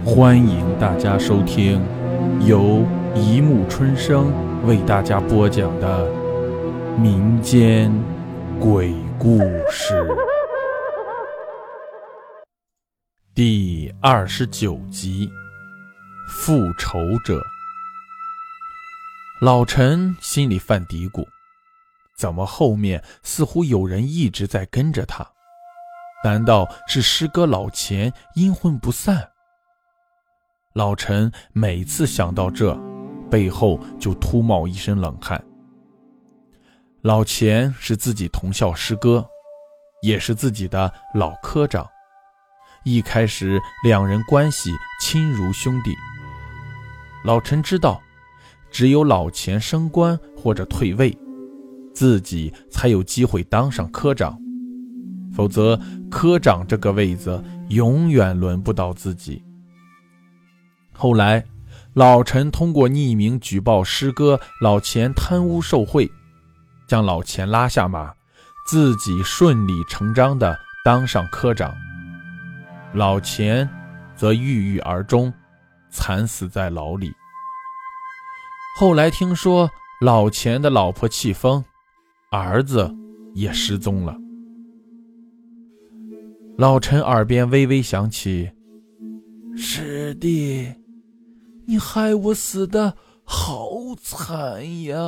欢迎大家收听由一木春生为大家播讲的民间鬼故事第29集复仇者。老陈心里犯嘀咕，怎么后面似乎有人一直在跟着他？难道是师哥老钱阴魂不散？老陈每次想到这，背后就突冒一身冷汗。老钱是自己同校师哥，也是自己的老科长，一开始两人关系亲如兄弟。老陈知道，只有老钱升官或者退位，自己才有机会当上科长，否则科长这个位子永远轮不到自己。后来老陈通过匿名举报师哥老钱贪污受贿，将老钱拉下马，自己顺理成章地当上科长。老钱则郁郁而终，惨死在牢里。后来听说老钱的老婆气疯，儿子也失踪了。老陈耳边微微响起，师弟，你害我死得好惨呀！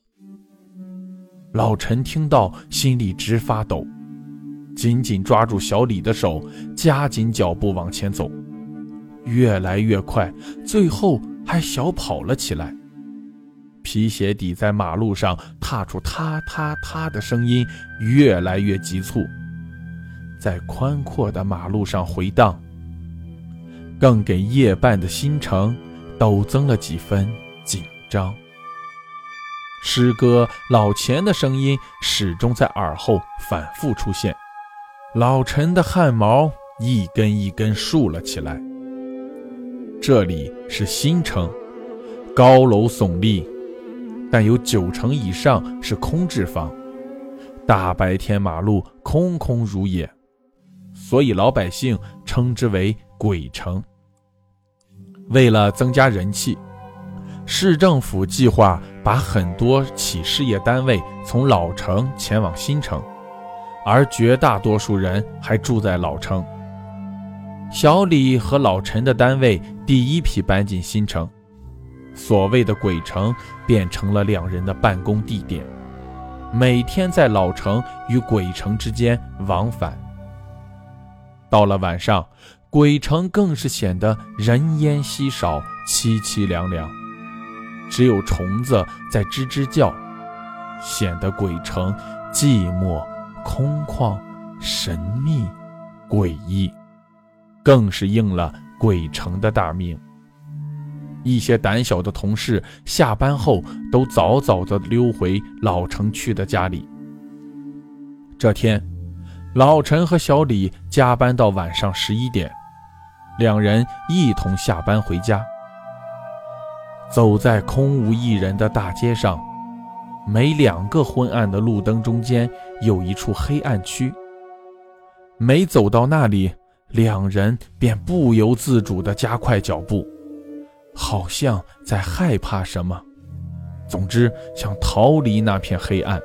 老陈听到心里直发抖，紧紧抓住小李的手，加紧脚步往前走，越来越快，最后还小跑了起来。皮鞋底在马路上踏出踏踏踏的声音越来越急促，在宽阔的马路上回荡，更给夜半的新城陡增了几分紧张。师哥老钱的声音始终在耳后反复出现，老陈的汗毛一根一根竖了起来。这里是新城，高楼耸立，但有90%以上是空置房，大白天马路空空如也，所以老百姓称之为鬼城。为了增加人气，市政府计划把很多企事业单位从老城前往新城，而绝大多数人还住在老城。小李和老陈的单位第一批搬进新城，所谓的鬼城变成了两人的办公地点，每天在老城与鬼城之间往返。到了晚上，鬼城更是显得人烟稀少，凄凄凉凉，只有虫子在吱吱叫，显得鬼城寂寞、空旷、神秘、诡异，更是应了鬼城的大名。一些胆小的同事下班后都早早地溜回老城区的家里。这天，老陈和小李加班到晚上11点，两人一同下班回家。走在空无一人的大街上，每2个昏暗的路灯中间有一处黑暗区，每走到那里，两人便不由自主地加快脚步，好像在害怕什么，总之想逃离那片黑暗。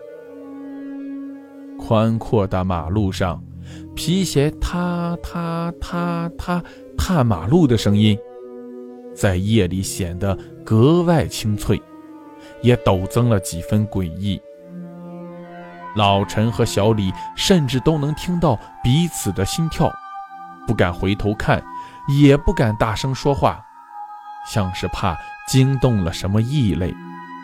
宽阔的马路上，皮鞋踏踏踏踏踏马路的声音在夜里显得格外清脆，也陡增了几分诡异。老陈和小李甚至都能听到彼此的心跳，不敢回头看，也不敢大声说话，像是怕惊动了什么异类。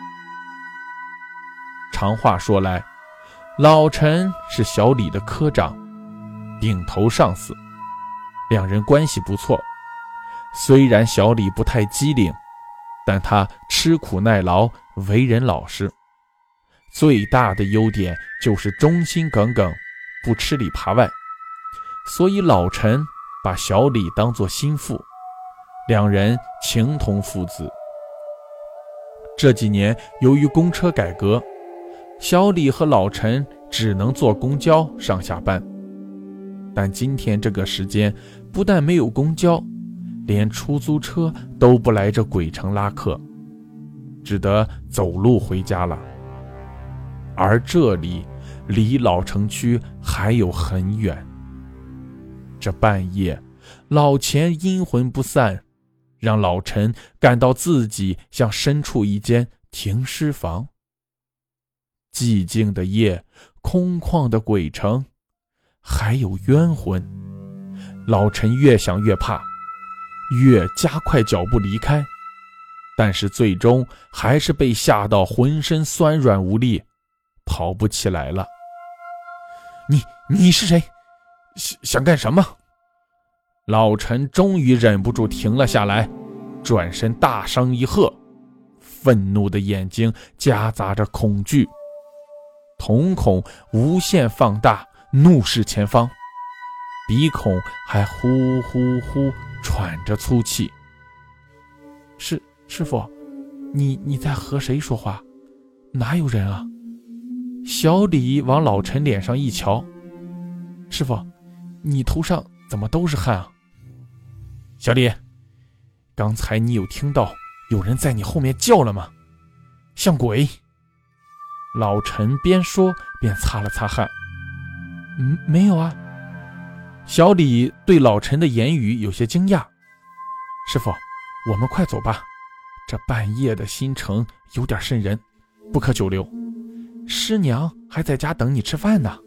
长话说来，老陈是小李的科长，顶头上司，两人关系不错。虽然小李不太机灵，但他吃苦耐劳，为人老实，最大的优点就是忠心耿耿，不吃里扒外，所以老陈把小李当作心腹，两人情同父子。这几年由于公车改革，小李和老陈只能坐公交上下班，但今天这个时间不但没有公交， 连出租车都不来这鬼城拉客，只得走路回家了。而这里离老城区还有很远。这半夜，老钱阴魂不散，让老陈感到自己像身处一间停尸房。寂静的夜，空旷的鬼城，还有冤魂。老陈越想越怕，越加快脚步离开，但是最终还是被吓到浑身酸软无力，跑不起来了。你是谁？想干什么？老陈终于忍不住停了下来，转身大声一喝，愤怒的眼睛夹杂着恐惧，瞳孔无限放大，怒视前方，鼻孔还呼呼呼喘着粗气。师傅，你在和谁说话？哪有人啊？小李往老陈脸上一瞧，师傅，你头上怎么都是汗啊？小李，刚才你有听到有人在你后面叫了吗？像鬼。老陈边说边擦了擦汗。没有啊。小李对老陈的言语有些惊讶。师傅，我们快走吧，这半夜的新城有点瘆人，不可久留，师娘还在家等你吃饭呢。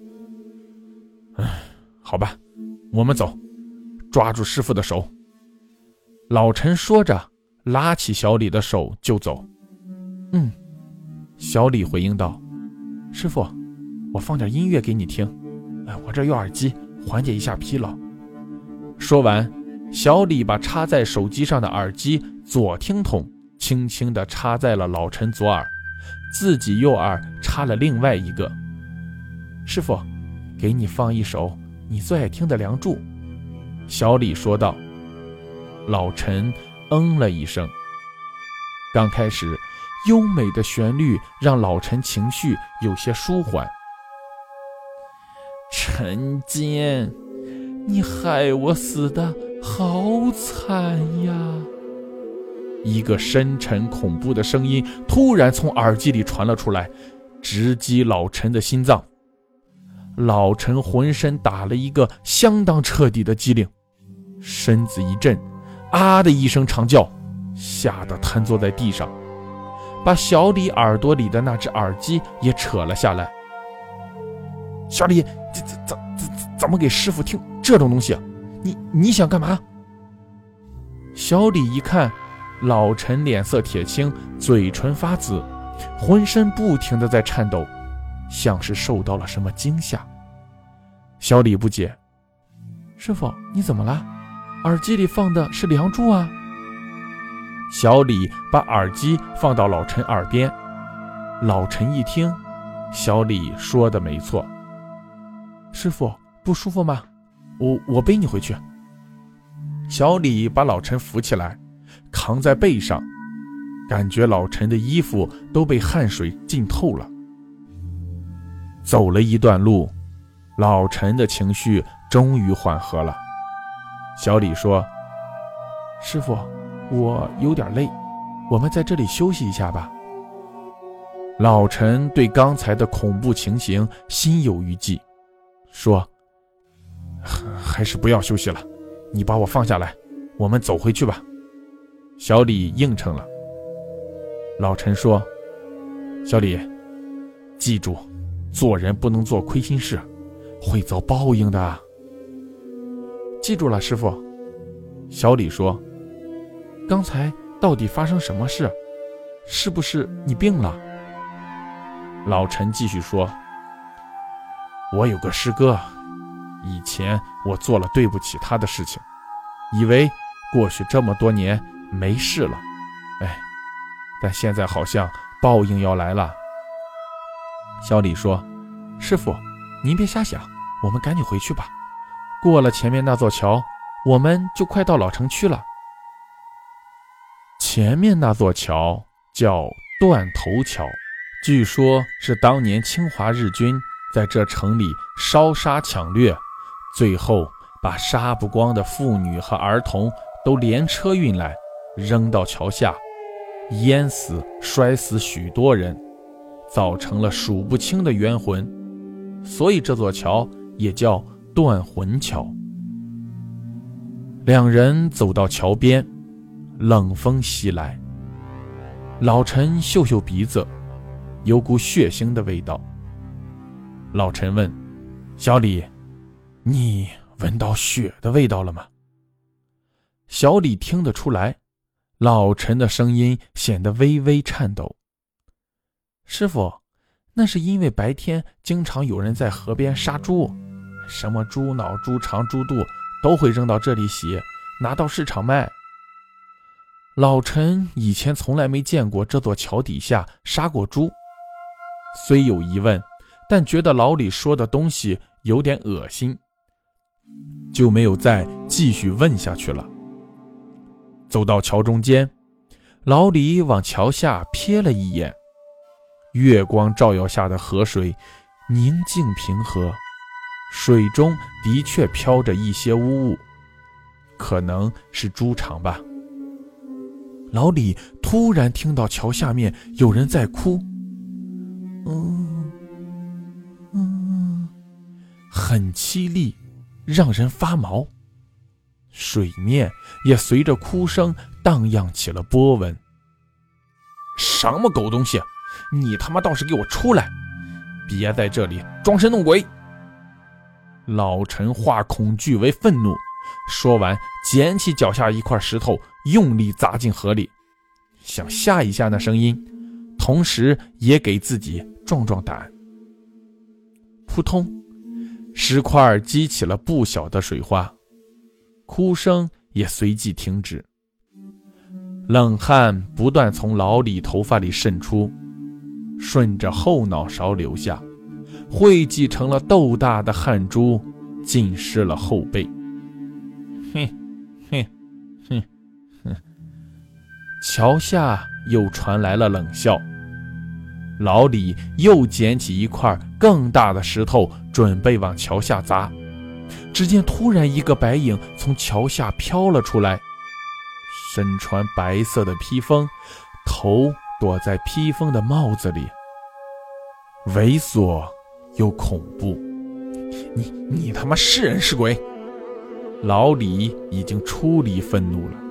好吧，我们走，抓住师傅的手。老陈说着拉起小李的手就走。小李回应道，师傅，我放点音乐给你听，我这有耳机，缓解一下疲劳。说完，小李把插在手机上的耳机左听筒轻轻地插在了老陈左耳，自己右耳插了另外一个。师傅，给你放一首你最爱听的《梁祝》。小李说道。老陈了一声。刚开始优美的旋律让老陈情绪有些舒缓。陈坚，你害我死得好惨呀！一个深沉恐怖的声音突然从耳机里传了出来，直击老陈的心脏。老陈浑身打了一个相当彻底的激灵，身子一震，啊的一声长叫，吓得瘫坐在地上，把小李耳朵里的那只耳机也扯了下来。小李，怎么给师傅听这种东西啊？你想干嘛？小李一看老陈脸色铁青，嘴唇发紫，浑身不停地在颤抖，像是受到了什么惊吓。小李不解，师傅你怎么了？耳机里放的是《梁祝》啊。小李把耳机放到老陈耳边，老陈一听，小李说的没错。师傅不舒服吗？我背你回去。小李把老陈扶起来，扛在背上，感觉老陈的衣服都被汗水浸透了。走了一段路，老陈的情绪终于缓和了。小李说，师傅，我有点累，我们在这里休息一下吧。老陈对刚才的恐怖情形心有余悸，说，还是不要休息了，你把我放下来，我们走回去吧。小李应承了。老陈说，小李，记住，做人不能做亏心事，会遭报应的。记住了，师傅。小李说，刚才到底发生什么事？是不是你病了？老陈继续说，我有个师哥，以前我做了对不起他的事情，以为过去这么多年没事了，但现在好像报应要来了。小李说，师傅您别瞎想，我们赶紧回去吧，过了前面那座桥，我们就快到老城区了。前面那座桥叫断头桥，据说是当年侵华日军在这城里烧杀抢掠，最后把杀不光的妇女和儿童都连车运来，扔到桥下，淹死摔死许多人，造成了数不清的冤魂，所以这座桥也叫断魂桥。两人走到桥边，冷风袭来，老陈嗅嗅鼻子，有股血腥的味道。老陈问：小李，你闻到血的味道了吗？小李听得出来，老陈的声音显得微微颤抖。师傅，那是因为白天经常有人在河边杀猪，什么猪脑、猪肠、猪肚都会扔到这里洗，拿到市场卖。老陈以前从来没见过这座桥底下杀过猪，虽有疑问，但觉得老李说的东西有点恶心，就没有再继续问下去了。走到桥中间，老李往桥下瞥了一眼，月光照耀下的河水宁静平和，水中的确飘着一些污物，可能是猪肠吧。老李突然听到桥下面有人在哭，很凄厉，让人发毛。水面也随着哭声荡漾起了波纹。什么狗东西，你他妈倒是给我出来，别在这里装神弄鬼。老陈化恐惧为愤怒，说完捡起脚下一块石头，用力砸进河里，想吓一下那声音，同时也给自己壮壮胆。扑通，石块激起了不小的水花，哭声也随即停止。冷汗不断从老李头发里渗出，顺着后脑勺流下，汇集成了豆大的汗珠，浸湿了后背。桥下又传来了冷笑。老李又捡起一块更大的石头，准备往桥下砸。只见突然一个白影从桥下飘了出来，身穿白色的披风，头躲在披风的帽子里，猥琐又恐怖。你他妈是人是鬼？老李已经出离愤怒了。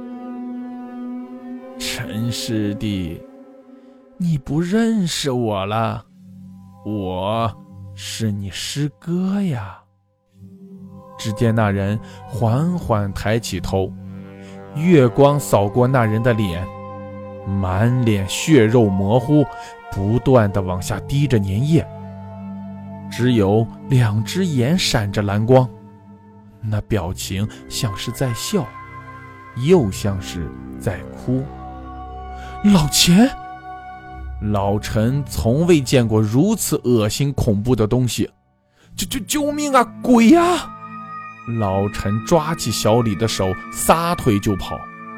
陈师弟，你不认识我了，我是你师哥呀。只见那人缓缓抬起头，月光扫过那人的脸，满脸血肉模糊，不断地往下滴着粘液，只有两只眼闪着蓝光，那表情像是在笑，又像是在哭。老钱！老陈从未见过如此恶心恐怖的东西，救命啊，鬼呀！老陈抓起小李的手，撒腿就跑。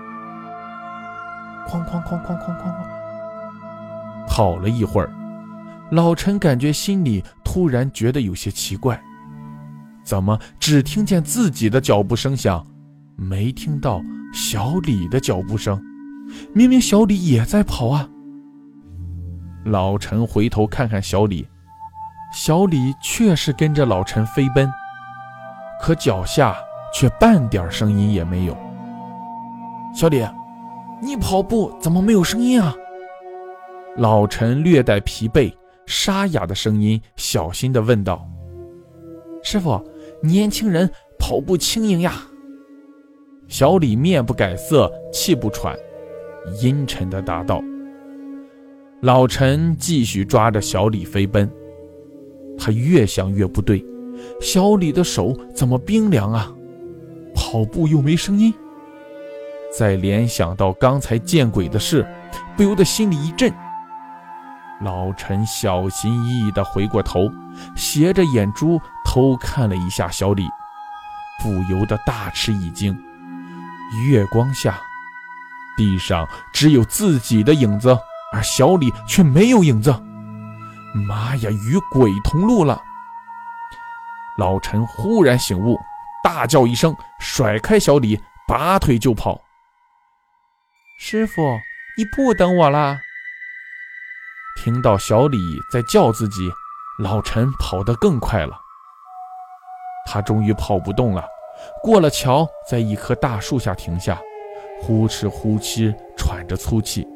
哐哐哐哐哐哐哐，跑了一会儿，老陈感觉心里突然觉得有些奇怪，怎么只听见自己的脚步声响，没听到小李的脚步声？明明小李也在跑啊！老陈回头看看小李，小李确实跟着老陈飞奔，可脚下却半点声音也没有。小李，你跑步怎么没有声音啊？老陈略带疲惫，沙哑的声音小心地问道。师傅，年轻人跑步轻盈呀。小李面不改色，气不喘，阴沉地答道。老陈继续抓着小李飞奔，他越想越不对，小李的手怎么冰凉啊？跑步又没声音。再联想到刚才见鬼的事，不由得心里一震。老陈小心翼翼地回过头，斜着眼珠偷看了一下小李，不由得大吃一惊。月光下，地上只有自己的影子，而小李却没有影子。妈呀，与鬼同路了！老陈忽然醒悟，大叫一声，甩开小李，拔腿就跑。 师傅，你不等我啦！听到小李在叫自己，老陈跑得更快了。他终于跑不动了，过了桥，在一棵大树下停下，呼哧呼气喘着粗气。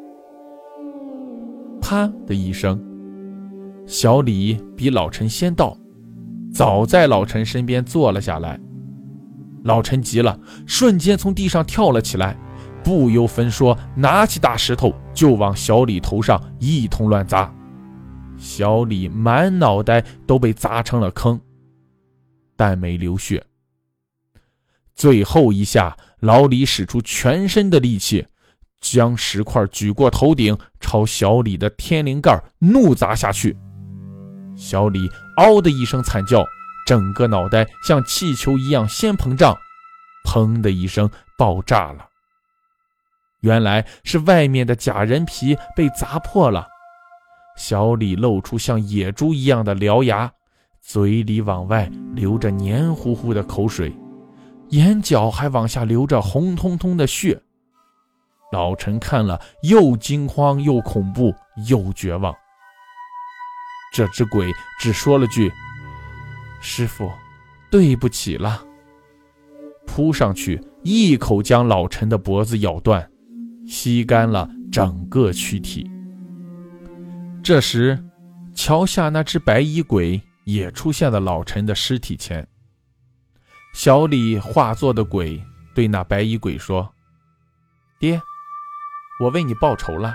啪的一声，小李比老陈先到，早在老陈身边坐了下来。老陈急了，瞬间从地上跳了起来，不由分说拿起大石头就往小李头上一通乱砸。小李满脑袋都被砸成了坑，但没流血。最后一下，老李使出全身的力气，将石块举过头顶，朝小李的天灵盖怒砸下去。小李嗷的一声惨叫，整个脑袋像气球一样先膨胀，砰的一声爆炸了。原来是外面的假人皮被砸破了，小李露出像野猪一样的獠牙，嘴里往外流着黏糊糊的口水，眼角还往下流着红彤彤的血。老陈看了又惊慌又恐怖又绝望。这只鬼只说了句：师傅，对不起了，扑上去一口将老陈的脖子咬断，吸干了整个躯体。这时桥下那只白衣鬼也出现在老陈的尸体前。小李化作的鬼对那白衣鬼说：爹，我为你报仇了。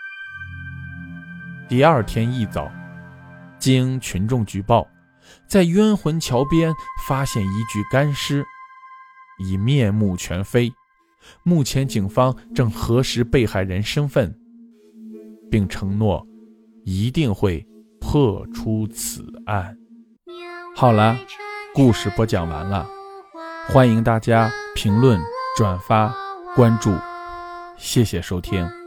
第二天一早，经群众举报，在冤魂桥边发现一具干尸，已面目全非。目前警方正核实被害人身份，并承诺一定会破出此案。好了，故事播讲完了，欢迎大家评论、转发、关注，谢谢收听。